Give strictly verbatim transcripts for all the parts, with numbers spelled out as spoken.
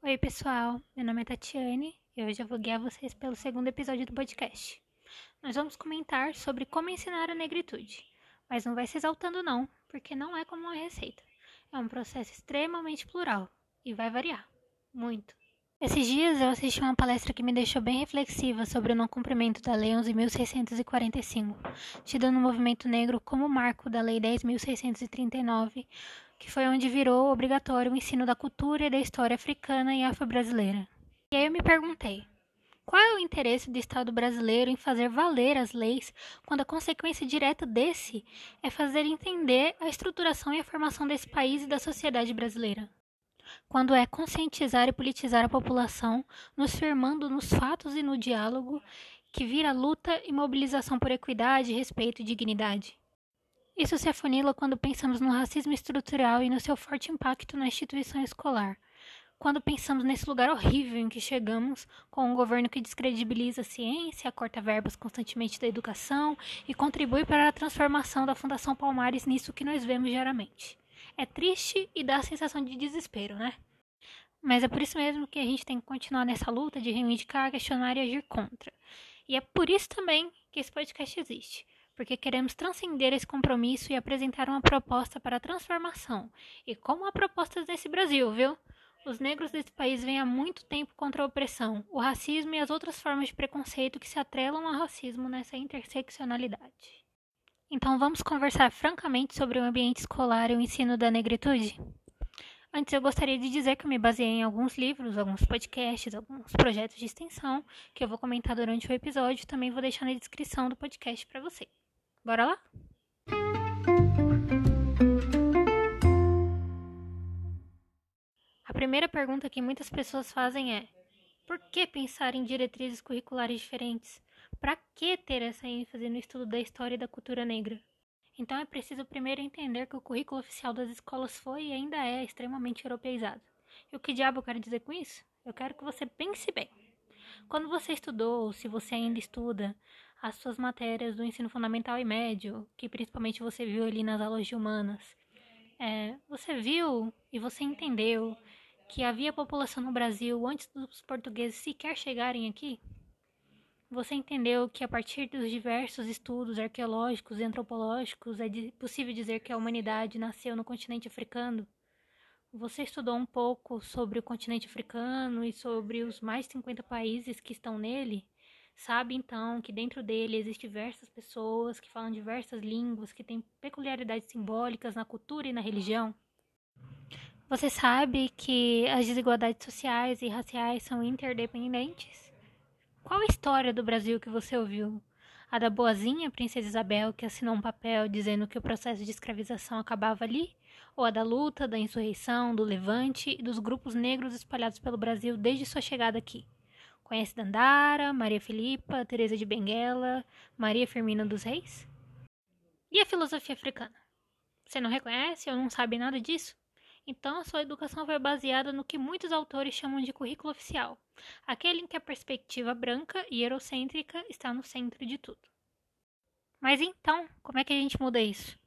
Oi, pessoal. Meu nome é Tatiane e hoje eu vou guiar vocês pelo segundo episódio do podcast. Nós vamos comentar sobre como ensinar a negritude, mas não vai se exaltando não, porque não é como uma receita. É um processo extremamente plural e vai variar, muito. Esses dias eu assisti uma palestra que me deixou bem reflexiva sobre o não cumprimento da Lei onze mil seiscentos e quarenta e cinco, tida no movimento negro como marco da Lei dez mil seiscentos e trinta e nove, que foi onde virou obrigatório o ensino da cultura e da história africana e afro-brasileira. E aí eu me perguntei, qual é o interesse do Estado brasileiro em fazer valer as leis quando a consequência direta desse é fazer entender a estruturação e a formação desse país e da sociedade brasileira? Quando é conscientizar e politizar a população, nos firmando nos fatos e no diálogo, que vira luta e mobilização por equidade, respeito e dignidade. Isso se afunila quando pensamos no racismo estrutural e no seu forte impacto na instituição escolar. Quando pensamos nesse lugar horrível em que chegamos, com um governo que descredibiliza a ciência, corta verbas constantemente da educação e contribui para a transformação da Fundação Palmares nisso que nós vemos diariamente. É triste e dá a sensação de desespero, né? Mas é por isso mesmo que a gente tem que continuar nessa luta de reivindicar, questionar e agir contra. E é por isso também que esse podcast existe, porque queremos transcender esse compromisso e apresentar uma proposta para a transformação. E como há propostas nesse Brasil, viu? Os negros desse país vêm há muito tempo contra a opressão, o racismo e as outras formas de preconceito que se atrelam ao racismo nessa interseccionalidade. Então vamos conversar francamente sobre o ambiente escolar e o ensino da negritude? Antes eu gostaria de dizer que eu me baseei em alguns livros, alguns podcasts, alguns projetos de extensão que eu vou comentar durante o episódio e também vou deixar na descrição do podcast para você. Bora lá? A primeira pergunta que muitas pessoas fazem é: por que pensar em diretrizes curriculares diferentes? Para que ter essa ênfase no estudo da história e da cultura negra? Então é preciso primeiro entender que o currículo oficial das escolas foi e ainda é extremamente europeizado. E o que diabo eu quero dizer com isso? Eu quero que você pense bem. Quando você estudou, ou se você ainda estuda, as suas matérias do ensino fundamental e médio, que principalmente você viu ali nas aulas de humanas, é, você viu e você entendeu que havia população no Brasil antes dos portugueses sequer chegarem aqui? Você entendeu que a partir dos diversos estudos arqueológicos e antropológicos é possível dizer que a humanidade nasceu no continente africano? Você estudou um pouco sobre o continente africano e sobre os mais de cinquenta países que estão nele? Sabe então que dentro dele existem diversas pessoas que falam diversas línguas, que têm peculiaridades simbólicas na cultura e na religião? Você sabe que as desigualdades sociais e raciais são interdependentes? Qual a história do Brasil que você ouviu? A da boazinha Princesa Isabel que assinou um papel dizendo que o processo de escravização acabava ali? Ou a da luta, da insurreição, do levante e dos grupos negros espalhados pelo Brasil desde sua chegada aqui? Conhece Dandara, Maria Filipa, Teresa de Benguela, Maria Firmina dos Reis? E a filosofia africana? Você não reconhece ou não sabe nada disso? Então a sua educação foi baseada no que muitos autores chamam de currículo oficial, aquele em que a perspectiva branca e eurocêntrica está no centro de tudo. Mas então, como é que a gente muda isso?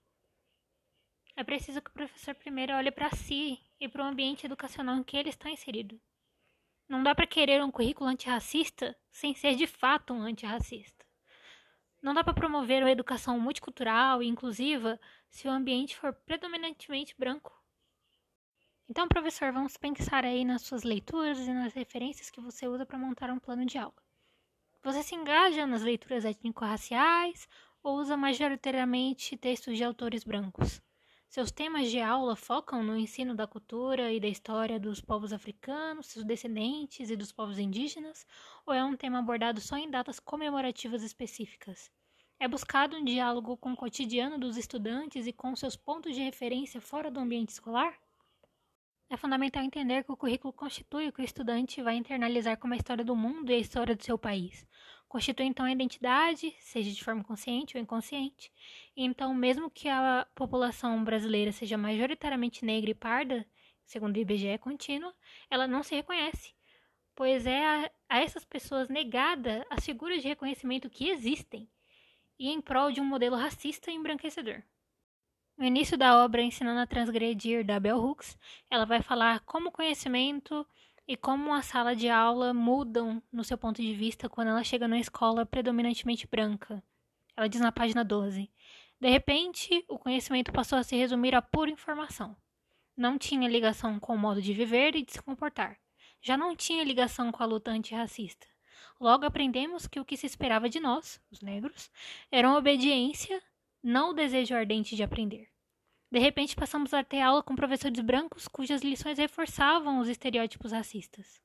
É preciso que o professor primeiro olhe para si e para o ambiente educacional em que ele está inserido. Não dá para querer um currículo antirracista sem ser de fato um antirracista. Não dá para promover uma educação multicultural e inclusiva se o ambiente for predominantemente branco. Então, professor, vamos pensar aí nas suas leituras e nas referências que você usa para montar um plano de aula. Você se engaja nas leituras étnico-raciais ou usa majoritariamente textos de autores brancos? Seus temas de aula focam no ensino da cultura e da história dos povos africanos, seus descendentes e dos povos indígenas, ou é um tema abordado só em datas comemorativas específicas? É buscado um diálogo com o cotidiano dos estudantes e com seus pontos de referência fora do ambiente escolar? É fundamental entender que o currículo constitui o que o estudante vai internalizar como a história do mundo e a história do seu país. Constitui então a identidade, seja de forma consciente ou inconsciente. E então, mesmo que a população brasileira seja majoritariamente negra e parda, segundo o I B G E contínua, ela não se reconhece, pois é a, a essas pessoas negada as figuras de reconhecimento que existem, e em prol de um modelo racista e embranquecedor. No início da obra Ensinando a Transgredir, da Bell Hooks, ela vai falar como o conhecimento e como a sala de aula mudam no seu ponto de vista quando ela chega numa escola predominantemente branca. Ela diz na página doze: de repente, o conhecimento passou a se resumir a pura informação. Não tinha ligação com o modo de viver e de se comportar. Já não tinha ligação com a luta antirracista. Logo aprendemos que o que se esperava de nós, os negros, era uma obediência, não o desejo ardente de aprender. De repente passamos a ter aula com professores brancos cujas lições reforçavam os estereótipos racistas.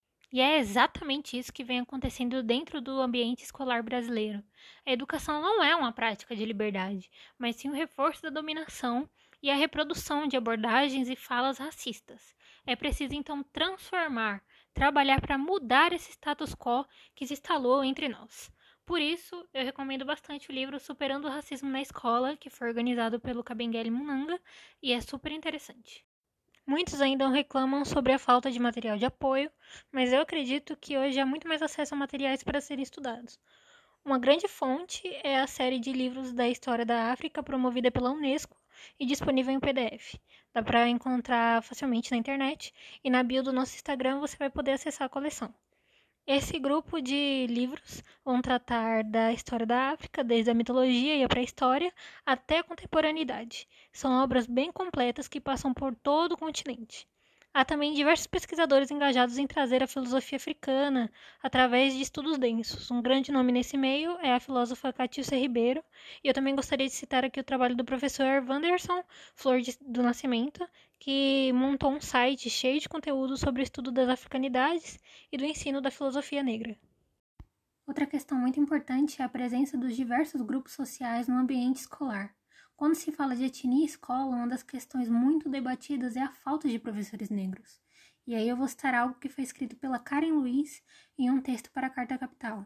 E é exatamente isso que vem acontecendo dentro do ambiente escolar brasileiro. A educação não é uma prática de liberdade, mas sim um reforço da dominação e a reprodução de abordagens e falas racistas. É preciso então transformar, trabalhar para mudar esse status quo que se instalou entre nós. Por isso, eu recomendo bastante o livro Superando o Racismo na Escola, que foi organizado pelo Kabengele Munanga, e é super interessante. Muitos ainda reclamam sobre a falta de material de apoio, mas eu acredito que hoje há muito mais acesso a materiais para serem estudados. Uma grande fonte é a série de livros da história da África promovida pela Unesco e disponível em P D F. Dá para encontrar facilmente na internet e na bio do nosso Instagram você vai poder acessar a coleção. Esse grupo de livros vão tratar da história da África, desde a mitologia e a pré-história até a contemporaneidade. São obras bem completas que passam por todo o continente. Há também diversos pesquisadores engajados em trazer a filosofia africana através de estudos densos. Um grande nome nesse meio é a filósofa Catiúcia Ribeiro, e eu também gostaria de citar aqui o trabalho do professor Wanderson Flor de, do Nascimento, que montou um site cheio de conteúdo sobre o estudo das africanidades e do ensino da filosofia negra. Outra questão muito importante é a presença dos diversos grupos sociais no ambiente escolar. Quando se fala de etnia e escola, uma das questões muito debatidas é a falta de professores negros. E aí eu vou citar algo que foi escrito pela Karen Luiz em um texto para a Carta Capital.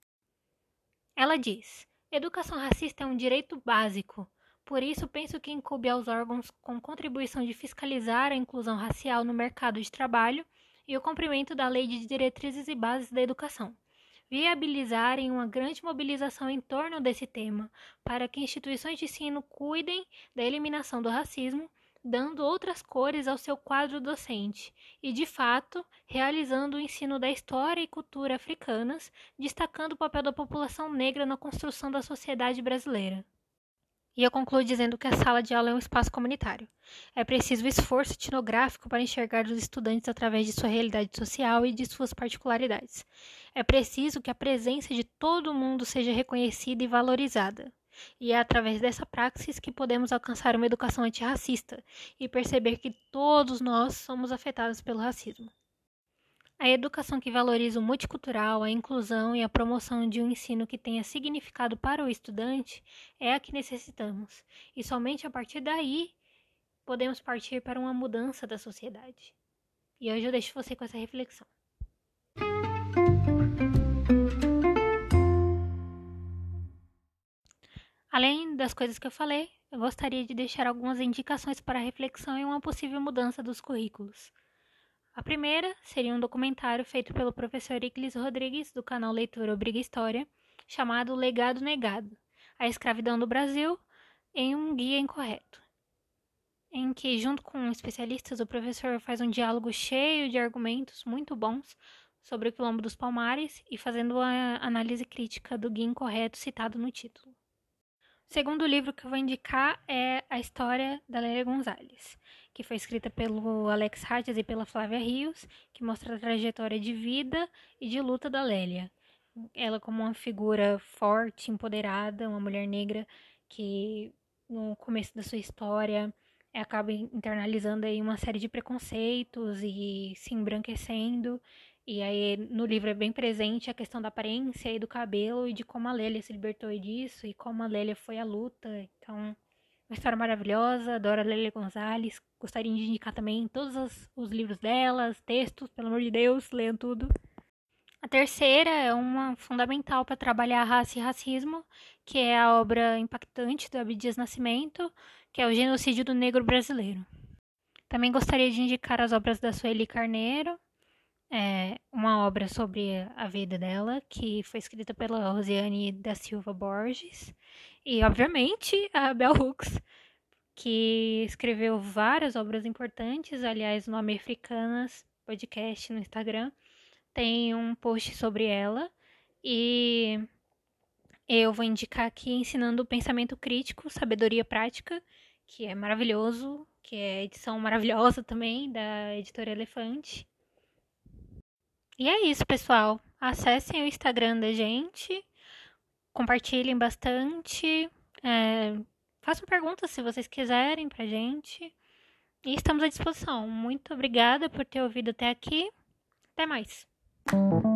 Ela diz: educação racista é um direito básico. Por isso, penso que incumbe aos órgãos com contribuição de fiscalizar a inclusão racial no mercado de trabalho e o cumprimento da Lei de Diretrizes e Bases da Educação. Viabilizarem uma grande mobilização em torno desse tema, para que instituições de ensino cuidem da eliminação do racismo, dando outras cores ao seu quadro docente e, de fato, realizando o ensino da história e cultura africanas, destacando o papel da população negra na construção da sociedade brasileira. E eu concluo dizendo que a sala de aula é um espaço comunitário. É preciso esforço etnográfico para enxergar os estudantes através de sua realidade social e de suas particularidades. É preciso que a presença de todo mundo seja reconhecida e valorizada. E é através dessa praxis que podemos alcançar uma educação antirracista e perceber que todos nós somos afetados pelo racismo. A educação que valoriza o multicultural, a inclusão e a promoção de um ensino que tenha significado para o estudante é a que necessitamos, e somente a partir daí podemos partir para uma mudança da sociedade. E hoje eu deixo você com essa reflexão. Além das coisas que eu falei, eu gostaria de deixar algumas indicações para reflexão e uma possível mudança dos currículos. A primeira seria um documentário feito pelo professor Iclis Rodrigues, do canal Leitura Obriga História, chamado Legado Negado, a escravidão do Brasil em um guia incorreto, em que, junto com especialistas, o professor faz um diálogo cheio de argumentos muito bons sobre o Quilombo dos Palmares e fazendo a análise crítica do guia incorreto citado no título. O segundo livro que eu vou indicar é A História da Lélia Gonzalez, que foi escrita pelo Alex Hatches e pela Flávia Rios, que mostra a trajetória de vida e de luta da Lélia. Ela como uma figura forte, empoderada, uma mulher negra que no começo da sua história acaba internalizando aí uma série de preconceitos e se embranquecendo. E aí no livro é bem presente a questão da aparência e do cabelo e de como a Lélia se libertou disso e como a Lélia foi à luta. Então, uma história maravilhosa, adoro a Lélia Gonzalez. Gostaria de indicar também todos os, os livros delas, textos, pelo amor de Deus, leiam tudo. A terceira é uma fundamental para trabalhar a raça e racismo, que é a obra impactante do Abdias Nascimento, que é o Genocídio do Negro Brasileiro. Também gostaria de indicar as obras da Sueli Carneiro, é uma obra sobre a vida dela, que foi escrita pela Rosiane da Silva Borges, e, obviamente, a Bell Hooks, que escreveu várias obras importantes, aliás, no Americanas, podcast no Instagram. Tem um post sobre ela. E eu vou indicar aqui Ensinando o Pensamento Crítico, Sabedoria Prática, que é maravilhoso, que é edição maravilhosa também, da editora Elefante. E é isso, pessoal. Acessem o Instagram da gente, compartilhem bastante, é, façam perguntas se vocês quiserem pra gente. E estamos à disposição. Muito obrigada por ter ouvido até aqui. Até mais.